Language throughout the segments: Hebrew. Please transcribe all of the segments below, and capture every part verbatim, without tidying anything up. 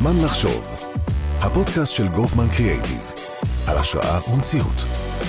זמן לחשוב, הפודקאסט של גופמן קריאייטיב, על השראה ומציאות.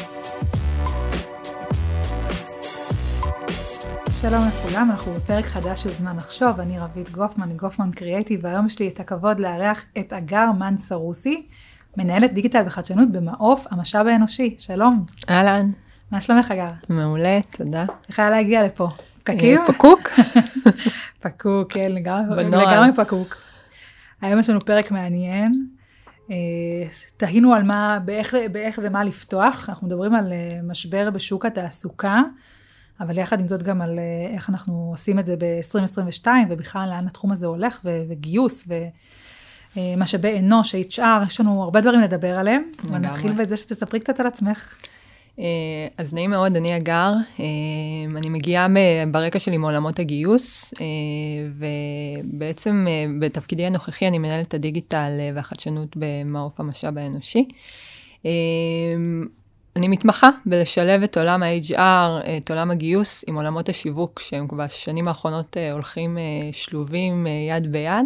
שלום לכולם, אנחנו בפרק חדש של זמן לחשוב, אני רבית גופמן, גופמן קריאייטיב, והיום יש לי את הכבוד לארח את אגר מנסרוסי, מנהלת דיגיטל וחדשנות במעוף המשאב האנושי. שלום. אהלן. מה שלומך אגר? מעולה, תודה. איך היה להגיע לפה? פקקים? פקוק? פקוק, כן, לגמרי פקוק. היום יש לנו פרק מעניין, תהינו על מה, באיך, באיך ומה לפתוח, אנחנו מדברים על משבר בשוק התעסוקה, אבל יחד עם זאת גם על איך אנחנו עושים את זה ב-עשרים עשרים ושתיים, ובכלל לאן התחום הזה הולך, וגיוס, ומשאבי אנוש, אייץ' אר, יש לנו הרבה דברים לדבר עליהם, ונתחיל בזה שתספרי קצת על עצמך. אז נעים מאוד, אני אגר, אני מגיעה ברקע שלי מעולמות הגיוס, ובעצם בתפקידי הנוכחי אני מנהלת הדיגיטל והחדשנות במעוף המשאב האנושי. אני מתמחה בלשלב את עולם ה-אייץ' אר, את עולם הגיוס עם עולמות השיווק, שהם כבר שנים האחרונות הולכים שלובים יד ביד,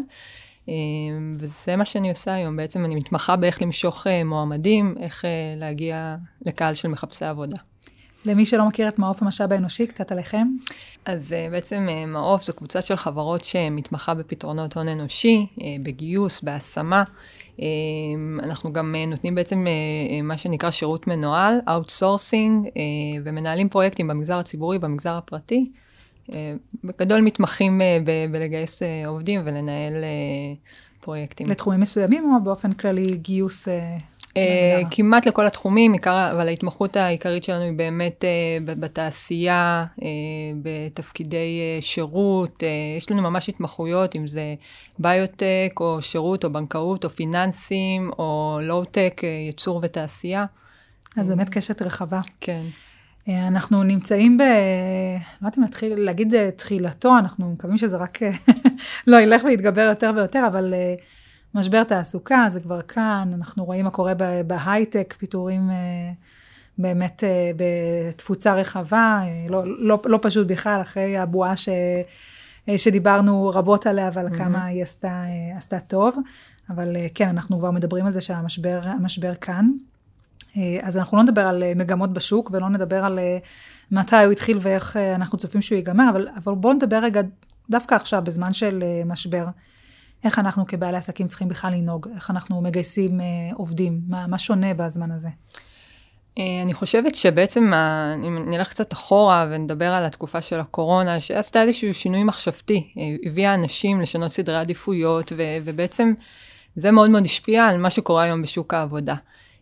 וזה מה שאני עושה היום. בעצם אני מתמחה באיך למשוך מועמדים, איך להגיע לקהל של מחפשי עבודה. למי שלא מכיר את מעוף המשאב האנושי, קצת עליכם. אז בעצם מעוף זו קבוצה של חברות שמתמחה בפתרונות הון אנושי, בגיוס, בהשמה. אנחנו גם נותנים בעצם מה שנקרא שירות מנוהל, outsourcing, ומנהלים פרויקטים במגזר הציבורי, במגזר הפרטי. בגדול מתמחים ב- בלגייס עובדים ולנהל פרויקטים. לתחומים מסוימים או באופן כללי גיוס? כמעט לכל התחומים, אבל ההתמחות העיקרית שלנו היא באמת בתעשייה, בתפקידי שירות. יש לנו ממש התמחויות, אם זה ביוטק או שירות או בנקאות או פיננסים או לואו-טק, ייצור ותעשייה. אז באמת קשת רחבה. כן. אנחנו נמצאים ב... לא יודעת אם נתחיל להגיד תחילתו, אנחנו מקווים שזה רק לא ילך ויתגבר יותר ויותר, אבל משבר תעסוקה, זה כבר כאן, אנחנו רואים מה קורה בהייטק, פיתורים באמת בתפוצה רחבה, לא, לא, לא פשוט בכלל, אחרי הבועה ש... שדיברנו רבות עליה, אבל mm-hmm. כמה היא עשתה, עשתה טוב, אבל כן, אנחנו כבר מדברים על זה שהמשבר המשבר כאן. אז אנחנו לא נדבר על מגמות בשוק, ולא נדבר על מתי הוא התחיל ואיך אנחנו צופים שהוא ייגמר, אבל, אבל בואו נדבר רגע דווקא עכשיו, בזמן של משבר, איך אנחנו כבעלי עסקים צריכים בכלל לנהוג, איך אנחנו מגייסים עובדים, מה, מה שונה בזמן הזה? אני חושבת שבעצם, אם נלך קצת אחורה ונדבר על התקופה של הקורונה, שעשתה איזשהו שינוי מחשבתי, הביאה אנשים לשנות סדרי עדיפויות, ובעצם זה מאוד מאוד השפיע על מה שקורה היום בשוק העבודה.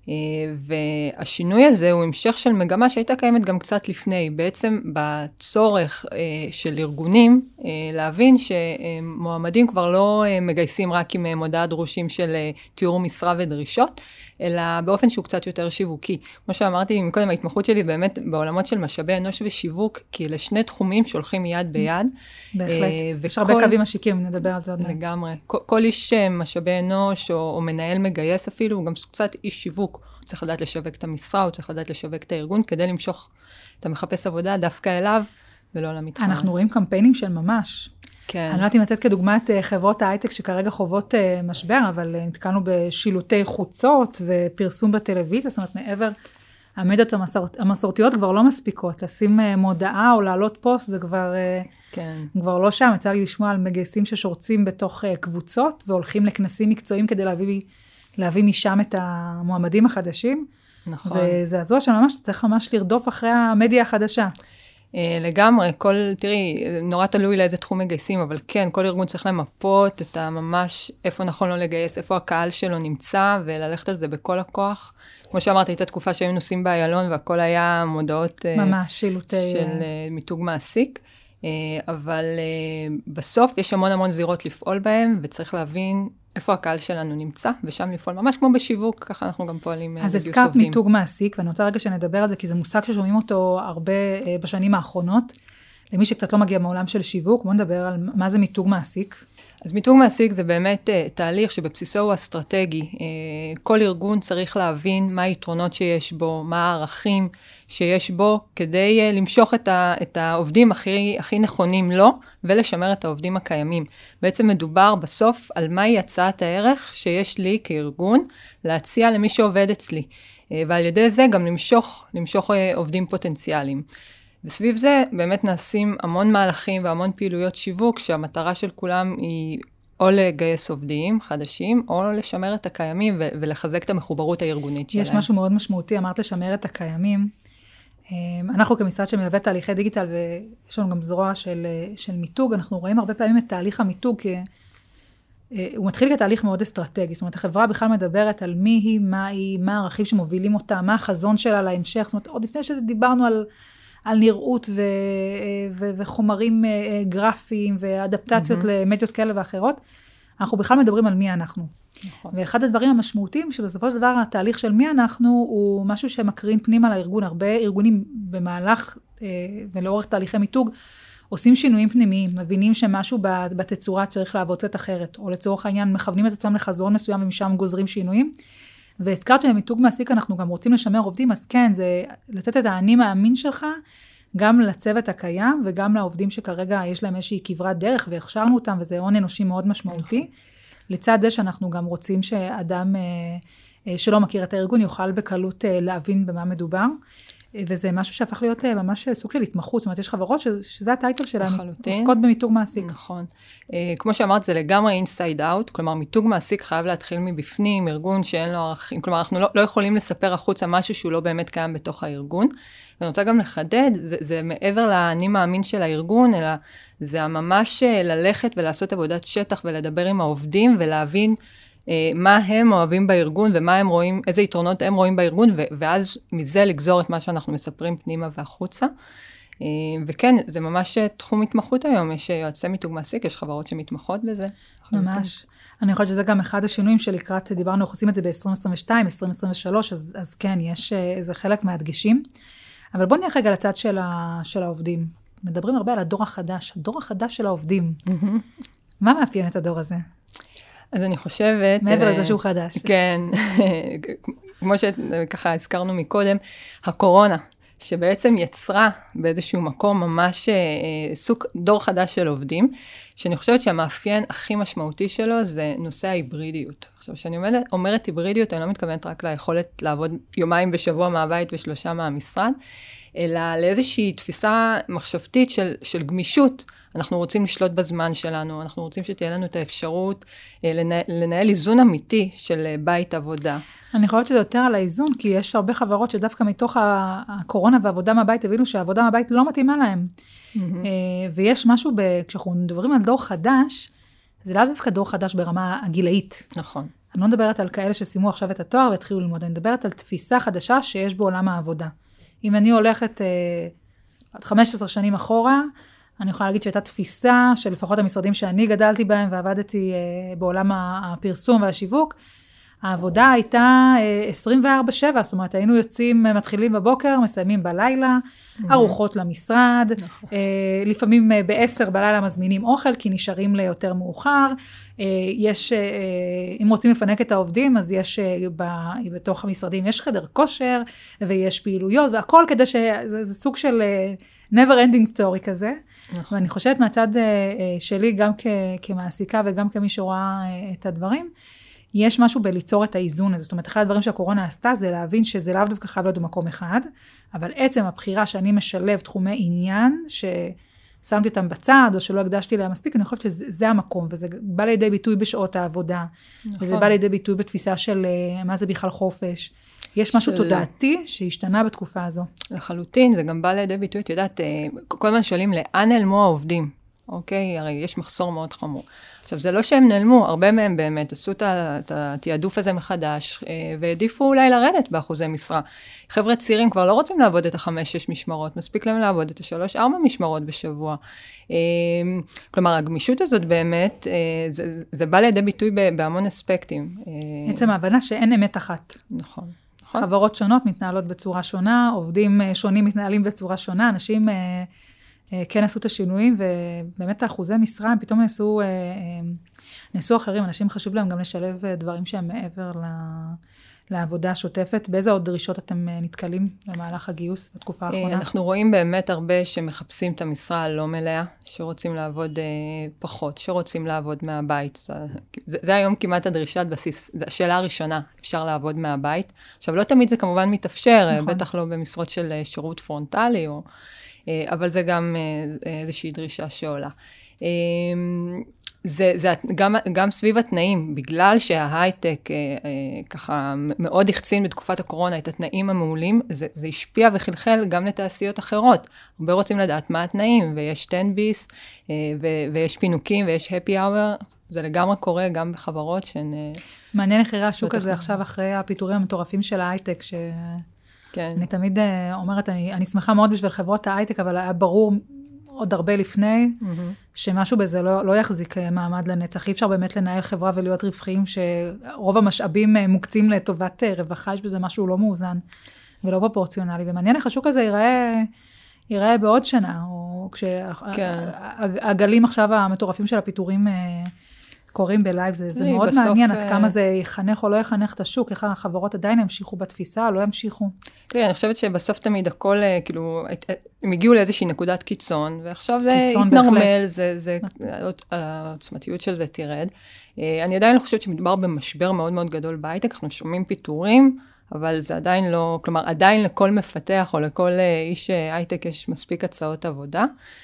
והשינוי הזה הוא המשך של מגמה שהייתה קיימת גם קצת לפני, בעצם בצורך של ארגונים להבין שמועמדים כבר לא מגייסים רק עם מודעה דרושים של תיאור משרה ודרישות, אלא באופן שהוא קצת יותר שיווקי. כמו שאמרתי מקודם, ההתמחות שלי באמת בעולמות של משאבי אנוש ושיווק, כי אלה שני תחומים שהולכים יד ביד. בהחלט, יש הרבה קווים משיקים, נדבר על זה עוד מעט. לגמרי. כל, כל איש משאבי אנוש או, או מנהל מגייס אפילו, הוא גם קצת איש שיווק. הוא צריך לדעת לשווק את המשרה, הוא צריך לדעת לשווק את הארגון, כדי למשוך את המחפש עבודה דווקא אליו, ולא למתחרה. אנחנו רואים קמפיינים של ממש. כן. אני לא יודעת אם לתת כדוגמה את חברות ההייטק שכרגע חוות משבר, אבל נתקלנו בשילוטי חוצות ופרסום בטלוויזיה, זאת אומרת מעבר, המדיות המסורת, המסורתיות כבר לא מספיקות, לשים מודעה או לעלות פוסט, זה כבר, כן. כבר לא שם. יצא לי לשמוע על מגייסים ששורצים בתוך קבוצות, והולכים לכנסים מקצועיים כדי להביא, להביא משם את המועמדים החדשים. נכון. זה, זה הזו שממש, צריך ממש לרדוף אחרי המדיה החדשה. לגמרי, כל, תראי, נורא תלוי לאיזה תחום מגייסים, אבל כן, כל ארגון צריך למפות את הממש, איפה נכון לו לגייס, איפה הקהל שלו נמצא, וללכת על זה בכל הכוח. כמו שאמרתי, הייתה תקופה שהיו נוסעים באיילון, והכל היה מודעות ממש, שילוטי... של מיתוג מעסיק. אבל בסוף יש המון המון זירות לפעול בהם, וצריך להבין איפה הקהל שלנו נמצא, ושם לפעול ממש כמו בשיווק, ככה אנחנו גם פועלים בגיוס עובדים. אז הזכרת מיתוג מעסיק, ואני רוצה רגע שנדבר על זה, כי זה מושג ששומעים אותו הרבה בשנים האחרונות. למי שקצת לא מגיע מעולם של שיווק, בוא נדבר על מה זה מיתוג מעסיק. אז מיתוג מעסיק זה באמת uh, תהליך שבבסיסו הוא אסטרטגי. Uh, כל ארגון צריך להבין מה היתרונות שיש בו, מה הערכים שיש בו, כדי uh, למשוך את, ה, את העובדים הכי, הכי נכונים לו, ולשמר את העובדים הקיימים. בעצם מדובר בסוף על מהי הצעת הערך שיש לי כארגון, להציע למי שעובד אצלי. Uh, ועל ידי זה גם למשוך, למשוך uh, עובדים פוטנציאליים. וסביב זה באמת נעשים המון מהלכים והמון פעילויות שיווק, שהמטרה של כולם היא או לגייס עובדים חדשים, או לשמר את הקיימים ו- ולחזק את המחוברות הארגונית שלהם. יש משהו מאוד משמעותי, אמרת לשמר את הקיימים. אנחנו כמשרד שמלווה תהליכי דיגיטל, ויש לנו גם זרוע של, של מיתוג, אנחנו רואים הרבה פעמים את תהליך המיתוג, כי הוא מתחיל כתהליך מאוד אסטרטגי, זאת אומרת, החברה בכלל מדברת על מי היא, מה היא, מה הערכים שמובילים אותה, מה החזון שלה להמשך, זאת אומרת, עוד לפני שדיברנו על... על נראות ו- ו- וחומרים גרפיים ואדפטציות mm-hmm. למדיות כאלה ואחרות, אנחנו בכלל מדברים על מי אנחנו. נכון. ואחד הדברים המשמעותיים, שבסופו של דבר התהליך של מי אנחנו, הוא משהו שמקרין פנימה לארגון. הרבה ארגונים במהלך ולאורך תהליכי מיתוג, עושים שינויים פנימיים, מבינים שמשהו בתצורה צריך לעבוד קצת אחרת, או לצורך העניין מכוונים את עצמם לחזון מסוים ומשם גוזרים שינויים. והזכרת שבמיתוג מעסיק אנחנו גם רוצים לשמר עובדים, אז כן, זה לתת את האני מאמין שלך, גם לצוות הקיים, וגם לעובדים שכרגע יש להם איזושהי כברת דרך, והכשרנו אותם, וזה הון אנושי מאוד משמעותי. לצד זה שאנחנו גם רוצים שאדם שלא מכיר את הארגון, יוכל בקלות להבין במה מדובר, וזה משהו שהפך להיות ממש סוג של התמחות, זאת אומרת, יש חברות שזה הטייטל שלהם, עוסקות במיתוג מעסיק. נכון. כמו שאמרת, זה לגמרי inside out, כלומר, מיתוג מעסיק חייב להתחיל מבפנים, ארגון שאין לו ערכים, כלומר, אנחנו לא, לא יכולים לספר החוצה משהו שהוא לא באמת קיים בתוך הארגון, ואני רוצה גם לחדד, זה, זה מעבר לאני מאמין של הארגון, אלא זה ממש ללכת ולעשות עבודת שטח, ולדבר עם העובדים, ולהבין מה הם אוהבים בארגון, ומה הם רואים, איזה יתרונות הם רואים בארגון, ואז מזה לגזור את מה שאנחנו מספרים פנימה והחוצה. וכן, זה ממש תחום התמחות היום, יש יועצי מיתוג מעסיק, יש חברות שמתמחות בזה. ממש. אני חושבת שזה גם אחד השינויים שלקראת, דיברנו, אנחנו עושים את זה ב-עשרים עשרים ושתיים, עשרים עשרים ושלוש, אז, אז כן, יש איזה חלק מהדגשים. אבל בואו נלך רגע לצד של, ה, של העובדים. מדברים הרבה על הדור החדש, הדור החדש של העובדים. מה מאפיין את הדור הזה? אז אני חושבת... מעבר לזה שהוא חדש. כן, כמו שככה הזכרנו מקודם, הקורונה, שבעצם יצרה באיזשהו מקום ממש סוג דור חדש של עובדים, שאני חושבת שהמאפיין הכי משמעותי שלו זה נושא ההיברידיות. עכשיו, כשאני אומרת, אומרת היברידיות, אני לא מתכוונת רק ליכולת לעבוד יומיים בשבוע מהבית ושלושה מהמשרד, אלא לאיזושהי תפיסה מחשבתית של, של גמישות. אנחנו רוצים לשלוט בזמן שלנו, אנחנו רוצים שתהיה לנו את האפשרות לנהל, לנהל איזון אמיתי של בית עבודה. אני חושבת שזה יותר על האיזון, כי יש הרבה חברות שדווקא מתוך הקורונה והעבודה מהבית, הבינו שהעבודה מהבית לא מתאימה להם. Mm-hmm. ויש משהו, ב, כשאנחנו מדברים על דור חדש, זה לאו דווקא דור חדש ברמה הגילאית. נכון. אני לא מדברת על כאלה ששימו עכשיו את התואר והתחילו ללמוד, אני מדברת על תפיסה חדשה שיש בעולם העבודה. אם אני הולכת עד חמש עשרה שנים אחורה, אני יכולה להגיד שהייתה תפיסה של לפחות המשרדים שאני גדלתי בהם ועבדתי בעולם הפרסום והשיווק, העבודה הייתה עשרים וארבע שבע, זאת אומרת, היינו יוצאים, מתחילים בבוקר, מסיימים בלילה, ארוחות למשרד, לפעמים בעשר בלילה מזמינים אוכל, כי נשארים ליותר מאוחר, יש, אם רוצים לפנק את העובדים, אז יש בתוך המשרדים, יש חדר כושר, ויש פעילויות, והכל כדי שזה סוג של never ending story כזה, ואני חושבת מהצד שלי, גם כמעסיקה וגם כמי שרואה את הדברים, יש משהו בליצור את האיזון הזה. זאת אומרת, אחד הדברים שהקורונה עשתה, זה להבין שזה לאו דווקא חייב להיות במקום אחד, אבל עצם הבחירה שאני משלב תחומי עניין, ששמתי אותם בצד, או שלא הקדשתי להם מספיק, אני חושבת שזה המקום, וזה בא לידי ביטוי בשעות העבודה, נכון. וזה בא לידי ביטוי בתפיסה של מה זה בכלל חופש. יש משהו של... תודעתי שהשתנה בתקופה הזו. לחלוטין, זה גם בא לידי ביטוי, את יודעת, כל הזמן שואלים לאן נעלמו העובדים, אוקיי? הרי יש מחסור מאוד חמור. עכשיו, זה לא שהם נעלמו, הרבה מהם באמת עשו את התיעדוף הזה מחדש, והעדיפו אולי לרדת באחוזי משרה. חבר'ה צעירים כבר לא רוצים לעבוד את החמש, שש משמרות, מספיק להם לעבוד את השלוש, ארבע משמרות בשבוע. כלומר, הגמישות הזאת באמת, זה, זה בא לידי ביטוי בהמון אספקטים. עצם ההבנה שאין אמת אחת. נכון. חברות שונות מתנהלות בצורה שונה, עובדים שונים מתנהלים בצורה שונה, אנשים כן עשו את השינויים, ובאמת האחוזי משרה, הם פתאום נעשו, נעשו אחרים, אנשים חשוב להם גם לשלב דברים שהם מעבר ל... לעבודה השוטפת. באיזה עוד דרישות אתם נתקלים במהלך הגיוס בתקופה האחרונה? אנחנו רואים באמת הרבה שמחפשים את המשרה הלא מלאה, שרוצים לעבוד אה, פחות, שרוצים לעבוד מהבית. זה, זה, זה היום כמעט הדרישת בסיס, זו השאלה הראשונה, אפשר לעבוד מהבית. עכשיו, לא תמיד זה כמובן מתאפשר, נכון. בטח לא במשרות של שירות פרונטלי, או, אה, אבל זה גם אה, איזושהי דרישה שעולה. אה, זה, זה גם, גם סביב התנאים, בגלל שההייטק אה, אה, ככה מאוד החצין בתקופת הקורונה את התנאים המעולים, זה, זה השפיע וחלחל גם לתעשיות אחרות. הרבה רוצים לדעת מה התנאים, ויש טן ביס, אה, ו, ויש פינוקים, ויש happy hour, זה לגמרי קורה גם בחברות שהן... אה, מעניין איך יראה השוק הזה עכשיו אחרי הפיטורים המטורפים של ההייטק, ש... כן. אני תמיד אה, אומרת, אני, אני שמחה מאוד בשביל חברות ההייטק, אבל היה ברור... עוד הרבה לפני, mm-hmm. שמשהו בזה לא, לא יחזיק מעמד לנצח. אי אפשר באמת לנהל חברה ולהיות רווחיים, שרוב המשאבים מוקצים לטובת רווחה, יש בזה משהו לא מאוזן ולא פרופורציונלי. ומעניין איך השוק הזה ייראה, ייראה בעוד שנה, או כשהגלים עכשיו המטורפים של הפיטורים קורים בלייב, זה, זה מאוד בסוף, מעניין, עד כמה זה יחנך או לא יחנך את השוק, איך החברות עדיין ימשיכו בתפיסה, לא ימשיכו. תראי, אני חושבת שבסוף תמיד הכל, כאילו, הם הגיעו לאיזושהי נקודת קיצון, ועכשיו זה יתנרמל, זה, זה, העוצמתיות של זה תירד. אני עדיין חושבת שמדובר במשבר מאוד מאוד גדול בהייטק, אנחנו שומעים פיטורים, אבל זה עדיין לא, כלומר, עדיין לכל מפתח או לכל איש הייטק יש מספיק הצעות עבודה,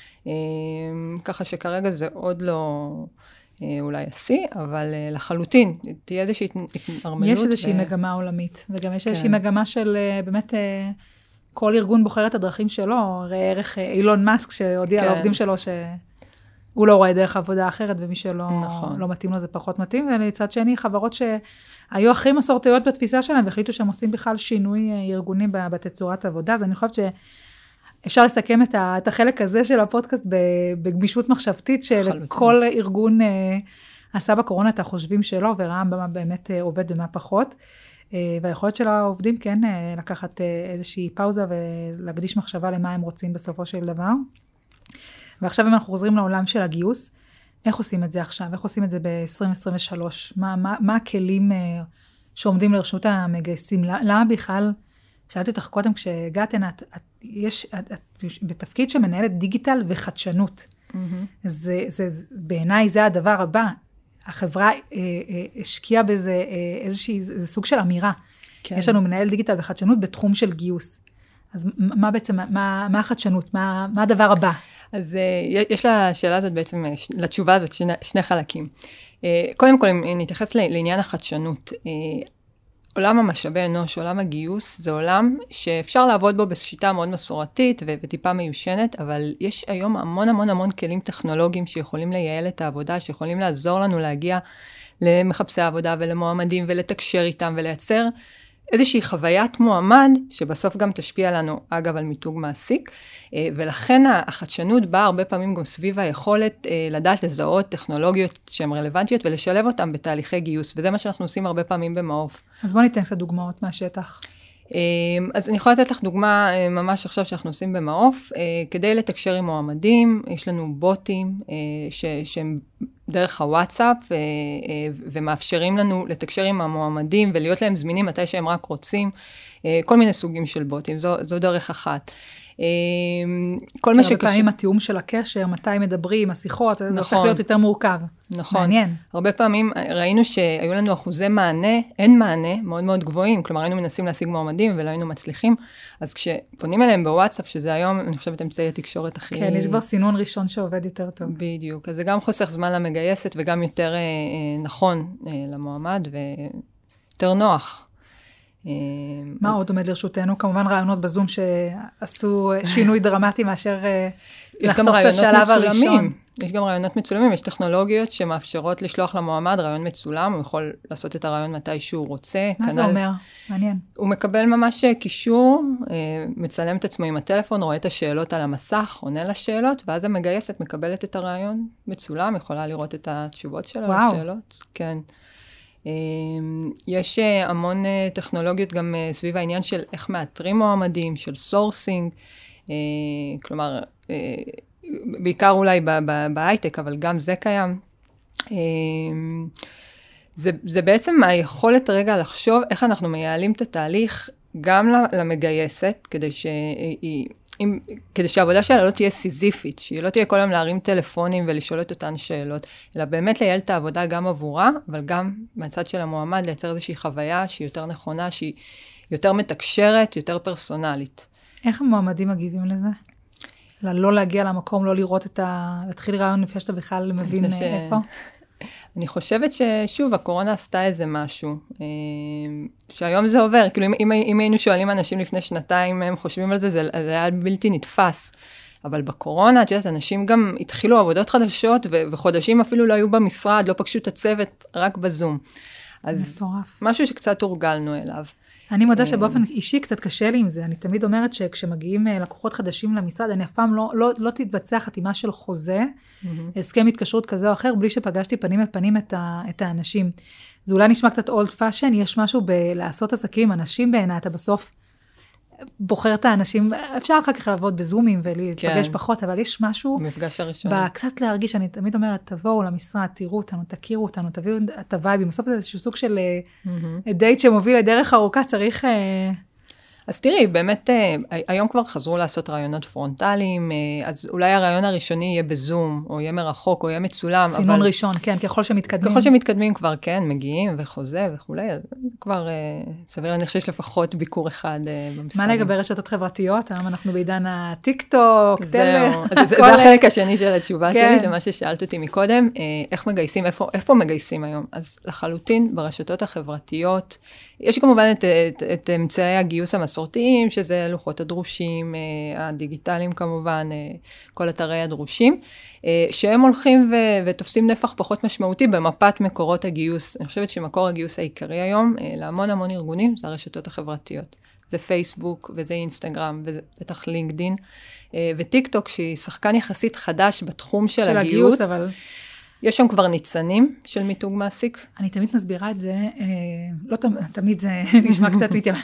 ככה שכרגע זה עוד לא... אולי עשי, אבל לחלוטין, תהיה איזושהי התנרמלות. יש איזושהי ו... מגמה עולמית, וגם יש כן. איזושהי מגמה של באמת, כל ארגון בוחר את הדרכים שלו, ערך אילון מאסק, שהודיע כן. לעובדים שלו שהוא לא רואה דרך עבודה אחרת, ומי שלא נכון. לא מתאים לו זה פחות מתאים, ולצד שני, חברות שהיו הכי מסורתיות בתפיסה שלהם, והחליטו שהם עושים בכלל שינוי ארגוני בתצורת עבודה, אז אני חושבת ש... אפשר לסכם את, ה, את החלק הזה של הפודקאסט בגמישות מחשבתית, שלכל ארגון אה, עשה בקורונה את החושבים שלו, וראה במה באמת אה, עובד ומה פחות. אה, והיכולת של העובדים כן אה, לקחת אה, איזושהי פאוזה, ולהקדיש מחשבה למה הם רוצים בסופו של דבר. ועכשיו אם אנחנו חוזרים לעולם של הגיוס, איך עושים את זה עכשיו? איך עושים את זה ב-עשרים עשרים ושלוש? מה, מה, מה הכלים אה, שעומדים לרשות המגייסים? למה בכלל... שאלתי אותך קודם, כשהגעתן, את, את, יש, את, את, בתפקיד שמנהלת דיגיטל וחדשנות. Mm-hmm. זה, זה, זה, בעיניי זה הדבר הבא. החברה אה, אה, השקיעה בזה אה, איזושהי, זה, זה סוג של אמירה. כן. יש לנו מנהל דיגיטל וחדשנות בתחום של גיוס. אז מה בעצם, מה, מה החדשנות? מה, מה הדבר הבא? אז אה, יש לשאלה הזאת בעצם, לתשובה הזאת, שני, שני חלקים. אה, קודם כל, אם נתייחס לעניין החדשנות, אה, עולם המשאבי אנוש, עולם הגיוס, זה עולם שאפשר לעבוד בו בשיטה מאוד מסורתית וטיפה מיושנת, אבל יש היום המון המון המון כלים טכנולוגיים שיכולים לייעל את העבודה, שיכולים לעזור לנו להגיע למחפשי העבודה ולמועמדים ולתקשר איתם ולייצר איזושהי חוויית מועמד, שבסוף גם תשפיע לנו, אגב, על מיתוג מעסיק, ולכן החדשנות באה הרבה פעמים גם סביב היכולת לדעת לזהות טכנולוגיות שהן רלוונטיות, ולשלב אותן בתהליכי גיוס, וזה מה שאנחנו עושים הרבה פעמים במעוף. אז בוא ניתן קצת דוגמאות מהשטח. אז אני יכולה לתת לך דוגמה ממש עכשיו שאנחנו עושים במעוף, כדי לתקשר עם מועמדים, יש לנו בוטים שהם דרך הוואטסאפ, ומאפשרים לנו לתקשר עם המועמדים, ולהיות להם זמינים מתי שהם רק רוצים, כל מיני סוגים של בוטים, זו, זו דרך אחת. כל מה שקשור... פעמים התיאום של הקשר, מתי מדברים, השיחות, זה הופך להיות יותר מורכב. נכון. מעניין. הרבה פעמים ראינו שהיו לנו אחוזי מענה, אין מענה, מאוד מאוד גבוהים, כלומר היינו מנסים להשיג מועמדים ולא היינו מצליחים, אז כשפונים אליהם בוואטסאפ, שזה היום, אני חושבת, אמצעי התקשורת הכי... כן, יש כבר סינון ראשון שעובד יותר טוב. בדיוק, אז זה גם חוסך זמן למגייסת, וגם יותר אה, נכון אה, למועמד, ויותר נוח. מה עוד עומד לרשותנו? כמובן רעיונות בזום שעשו שינוי דרמטי מאשר לחסוך את השלב הראשון. יש גם רעיונות מצולמים, יש טכנולוגיות שמאפשרות לשלוח למועמד רעיון מצולם, הוא יכול לעשות את הרעיון מתי שהוא רוצה. מה זה אומר? מעניין. הוא מקבל ממש קישור, מצלם את עצמו עם הטלפון, רואה את השאלות על המסך, עונה לשאלות, ואז המגייסת מקבלת את הרעיון מצולם, יכולה לראות את התשובות שלו לשאלות. כן. יש המון טכנולוגיות גם סביב העניין של איך מאתרים מועמדים, של סורסינג, כלומר, בעיקר אולי בהייטק, אבל גם זה קיים. זה, זה בעצם היכולת רגע לחשוב איך אנחנו מייעלים את התהליך גם למגייסת, כדי שהיא, אם, כדי שהעבודה שלה לא תהיה סיזיפית, שהיא לא תהיה כל היום להרים טלפונים ולשאול את אותן שאלות, אלא באמת לייעל את העבודה גם עבורה, אבל גם מהצד של המועמד לייצר איזושהי חוויה שהיא יותר נכונה, שהיא יותר מתקשרת, יותר פרסונלית. איך המועמדים מגיבים לזה? לא להגיע למקום, לא לראות את ה... להתחיל רעיון לפני שאתה בכלל מבין ש... איפה? אני חושבת ששוב, הקורונה עשתה איזה משהו, שהיום זה עובר, כאילו אם, אם היינו שואלים אנשים לפני שנתיים, הם חושבים על זה, זה, זה היה בלתי נתפס, אבל בקורונה, את יודעת, אנשים גם התחילו עבודות חדשות, ו- וחודשים אפילו לא היו במשרד, לא פגשו את הצוות, רק בזום. אז מטורף. משהו שקצת הורגלנו אליו. אני מודה שבאופן אישי קצת קשה לי עם זה, אני תמיד אומרת שכשמגיעים לקוחות חדשים למשרד, אני אף פעם לא, לא, לא תתבצע חתימה של חוזה, mm-hmm. הסכם התקשרות כזה או אחר, בלי שפגשתי פנים אל פנים את, ה, את האנשים. זה אולי נשמע קצת אולד פאשן, יש משהו בלעשות עסקים עם אנשים בעיניי, אתה בסוף בוחר את האנשים, אפשר אחר כך לעבוד בזומים ולהתפגש כן. פחות, אבל יש משהו, מפגש הראשון. קצת להרגיש, אני תמיד אומרת, תבואו למשרד, תראו אותנו, תכירו אותנו, תביאו את הווייבים, בסוף זה איזשהו סוג של mm-hmm. דייט שמוביל לדרך ארוכה, צריך... אז תראי, באמת, היום כבר חזרו לעשות רעיונות פרונטליים, אז אולי הרעיון הראשוני יהיה בזום, או יהיה מרחוק, או יהיה מצולם. סינון אבל... ראשון, כן, ככל שמתקדמים. ככל שמתקדמים כבר, כן, מגיעים וחוזה וכולי, אז כבר סביר, אני חושב לפחות ביקור אחד במשרד. מה לגבי רשתות חברתיות? היום אנחנו בעידן הטיק-טוק, טלר. זה החלק השני של התשובה שלי, שמה ששאלת אותי מקודם, איך מגייסים, איפה מגייסים היום? אז לחלוטין ברשתות החברתיות, יש כמובן את, את, את אמצעי הגיוס המסורתיים, שזה לוחות הדרושים, הדיגיטליים כמובן, כל אתרי הדרושים, שהם הולכים ו, ותופסים נפח פחות משמעותי במפת מקורות הגיוס. אני חושבת שמקור הגיוס העיקרי היום, להמון המון ארגונים, זה הרשתות החברתיות. זה פייסבוק, וזה אינסטגרם, וזה בטח לינקדין, וטיק טוק, שהיא שחקן יחסית חדש בתחום של, של הגיוס. הגיוס, אבל... יש שם כבר ניצנים של מיתוג מעסיק? אני תמיד מסבירה את זה, לא תמיד זה נשמע קצת מתיימר.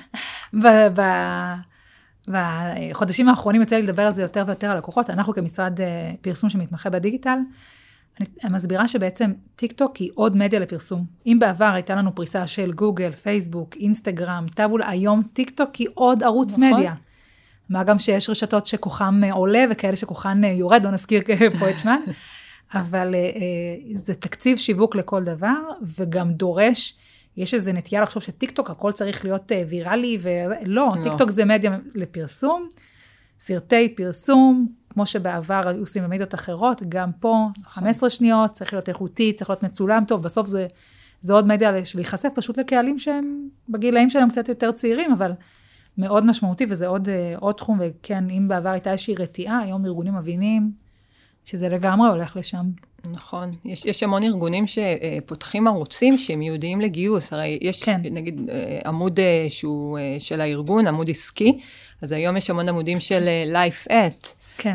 בחודשים האחרונים יצא לי לדבר על זה יותר ויותר על לקוחות. אנחנו כמשרד פרסום שמתמחה בדיגיטל, אני מסבירה שבעצם טיק טוק היא עוד מדיה לפרסום. אם בעבר הייתה לנו פריסה של גוגל, פייסבוק, אינסטגרם, טאבול, היום טיק טוק היא עוד ערוץ מדיה. מה גם שיש רשתות שכוחם עולה וכאלה שכוחן יורד, לא נזכיר פה את שמן. אבל זה תקציב שיווק לכל דבר, וגם דורש, יש איזו נטייה לחשוב שטיקטוק, הכל צריך להיות ויראלי, ולא, טיקטוק זה מדיה לפרסום, סרטי פרסום, כמו שבעבר היו עושים במדיות אחרות, גם פה, חמש עשרה שניות, צריך להיות איכותי, צריך להיות מצולם טוב, בסוף זה, זה עוד מדיה להיחשף פשוט לקהלים שהם, בגילאים שלהם קצת יותר צעירים, אבל מאוד משמעותי, וזה עוד, עוד תחום, וכן, אם בעבר הייתה איזושהי רתיעה, היום ארגונים מבינים, שזה לגמרי הולך לשם. נכון. יש, יש המון ארגונים שפותחים ערוצים שהם ייעודיים לגיוס. הרי יש, כן. נגיד, עמוד שהוא של הארגון, עמוד עסקי, אז היום יש המון עמודים של Life at. כן.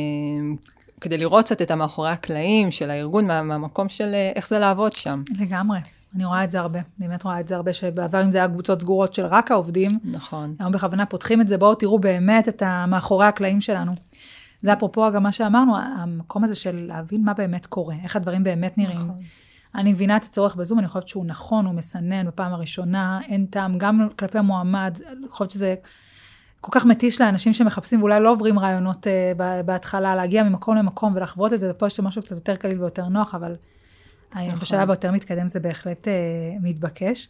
כדי לראות קצת את המאחורי הקלעים של הארגון, מה, מהמקום של איך זה לעבוד שם. לגמרי. אני רואה את זה הרבה. אני באמת רואה את זה הרבה, שבעבר אם זה היה קבוצות סגורות של רק העובדים. נכון. היום בכוונה פותחים את זה, בואו תראו באמת את המאחורי הקלעים שלנו. זה אפרופו גם מה שאמרנו, המקום הזה של להבין מה באמת קורה, איך הדברים באמת נראים. נכון. אני מבינה את הצורך בזום, אני חושבת שהוא נכון, הוא מסנן בפעם הראשונה, אין טעם, גם כלפי המועמד, אני חושבת שזה כל כך מתיש לאנשים שמחפשים, ואולי לא עוברים רעיונות uh, בהתחלה, להגיע ממקום למקום ולחוות את זה, ופה יש משהו קצת יותר קליל ויותר נוח, אבל נכון. בשלב היותר מתקדם זה בהחלט uh, מתבקש.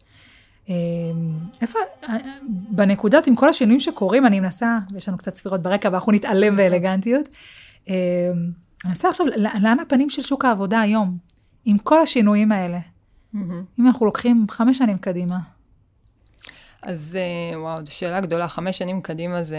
איפה, בנקודות עם כל השינויים שקורים, אני מנסה, ויש לנו קצת ספירות ברקע, ואנחנו נתעלם באלגנטיות, אני מנסה עכשיו, לאן הפנים של שוק העבודה היום, עם כל השינויים האלה, אם אנחנו לוקחים חמש שנים קדימה. אז וואו, זו שאלה גדולה, חמש שנים קדימה זה,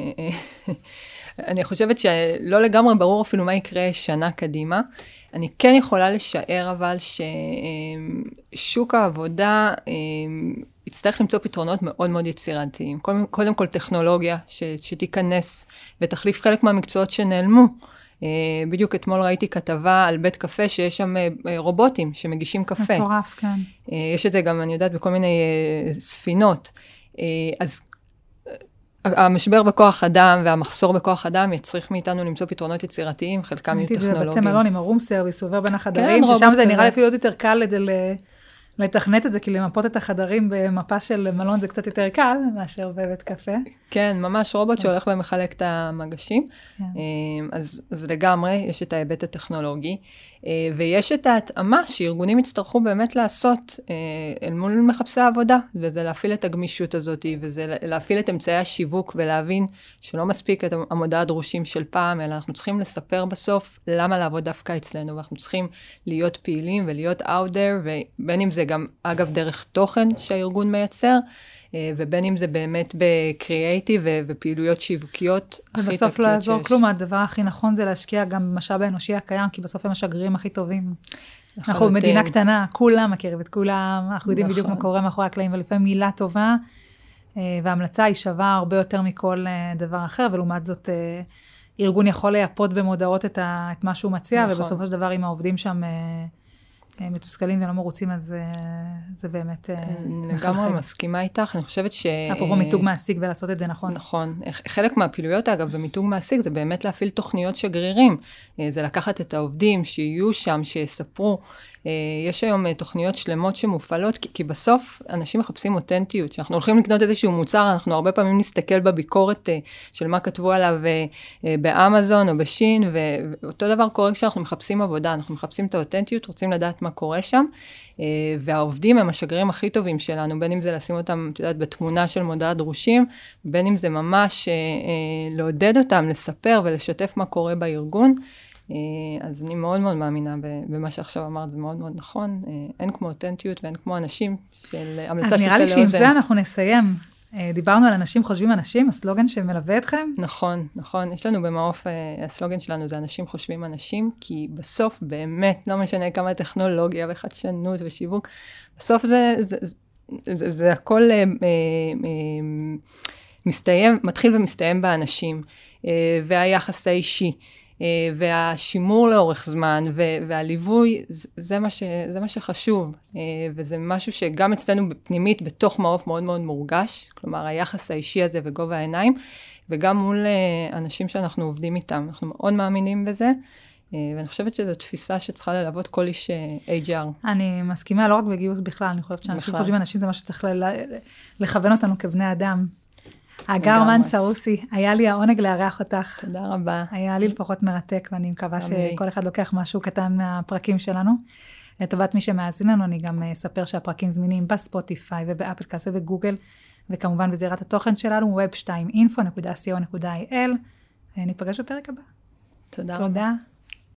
אני חושבת שלא לגמרי ברור אפילו מה יקרה שנה קדימה, אני כן יכולה לשער אבל ששוק העבודה יצטרך למצוא פתרונות מאוד מאוד יצירתיים. קודם כל טכנולוגיה שתיכנס ותחליף חלק מהמקצועות שנעלמו. בדיוק אתמול ראיתי כתבה על בית קפה שיש שם רובוטים שמגישים קפה. מטורף, כן. יש את זה גם, אני יודעת, בכל מיני ספינות. אז המשבר בכוח אדם והמחסור בכוח אדם יצריך מאיתנו למצוא פתרונות יצירתיים, חלקם יהיו טכנולוגיים. הייתי בבתי מלון עם הרום סרוויס, עובר בין החדרים, ששם זה נראה אפילו עוד יותר קל לתכנת את זה, כי למפות את החדרים במפה של מלון זה קצת יותר קל, מאשר בבית קפה. כן, ממש רובוט שהולך ומחלק את המגשים. אז, אז לגמרי, יש את ההיבט הטכנולוגי, ויש את ההתאמה שארגונים יצטרכו באמת לעשות אל מול מחפשי העבודה, וזה להפעיל את הגמישות הזאת, וזה להפעיל את אמצעי השיווק, ולהבין שלא מספיק את המודע הדרושים של פעם, אלא אנחנו צריכים לספר בסוף למה לעבוד דווקא אצלנו, ואנחנו צריכים להיות פעילים ולהיות out there, ובין אם זה גם, אגב, דרך תוכן שהארגון מייצר, ובין אם זה באמת בקריאייטיב ופעילויות שיווקיות הכי תקטיות שיש. ובסוף לא יעזור כלום, הדבר הכי נכון זה להשקיע גם במשאב האנושי הקיים, כי בסוף הם השגרירים הכי טובים. אנחנו מדינה קטנה, כולם מכירים את כולם, אנחנו יודעים בדיוק מה קורה מאחורי הקלעים, ולפעמים מילה טובה, וההמלצה היא שווה הרבה יותר מכל דבר אחר, ולעומת זאת ארגון יכול לייפות במודעות את מה שהוא מציע, ובסופו של דבר עם העובדים שם מתוסכלים ולא מרוצים, אז זה באמת מחלחל. לגמרי מסכימה איתך, אני חושבת ש... אפרופו מיתוג מעסיק ולעשות את זה נכון. נכון. חלק מהפעילויות, אגב, במיתוג מעסיק, זה באמת להפעיל תוכניות שגרירים. זה לקחת את העובדים שיהיו שם, שיספרו. יש היום תוכניות שלמות שמופעלות, כי בסוף אנשים מחפשים אותנטיות. כשאנחנו הולכים לקנות איזשהו מוצר, אנחנו הרבה פעמים נסתכל בביקורת של מה כתבו עליו באמזון או בשין, ואותו דבר קורה כשאנחנו מחפשים עבודה, אנחנו מחפשים את האותנטיות, רוצים לדעת מה קורה שם, והעובדים הם השגרירים הכי טובים שלנו, בין אם זה לשים אותם, את יודעת, בתמונה של מודע הדרושים, בין אם זה ממש לעודד אותם, לספר ולשתף מה קורה בארגון. אז אני מאוד מאוד מאמינה במה שעכשיו אמרת, זה מאוד מאוד נכון. אין כמו אותנטיות ואין כמו אנשים של המלצה של פלא אוזן. אז נראה לי שעם זה אנחנו נסיים. דיברנו על אנשים חושבים אנשים, הסלוגן שמלווה אתכם? נכון, נכון. יש לנו במעוף, הסלוגן שלנו זה אנשים חושבים אנשים, כי בסוף באמת, לא משנה כמה טכנולוגיה וחדשנות ושיווק, בסוף זה, זה, זה, זה, זה הכל מסתיים, מתחיל ומסתיים באנשים, והיחס האישי. והשימור לאורך זמן, והליווי, זה מה ש, זה מה שחשוב, וזה משהו שגם אצלנו פנימית, בתוך מעוף מאוד מאוד מורגש, כלומר, היחס האישי הזה וגובה העיניים, וגם מול אנשים שאנחנו עובדים איתם, אנחנו מאוד מאמינים בזה, ואני חושבת שזו תפיסה שצריכה ללוות כל איש אייץ' אר. אני מסכימה לא רק בגיוס בכלל, אני חושבת שאנשים חושבים אנשים, זה מה שצריך לכוון אותנו כבני אדם. אגר מנסרוסי, היה לי העונג לארח אותך. תודה רבה. היה לי לפחות מרתק, ואני מקווה שכל אחד לוקח משהו קטן מהפרקים שלנו. לטובת מי שמאזין לנו, אני גם אספר שהפרקים זמינים בספוטיפיי ובאפלקאסט ובגוגל, וכמובן בזירת התוכן שלנו, ווב שתיים אינפו נקודה סי או נקודה איי אל. ניפגש בפרק הבא. תודה. תודה.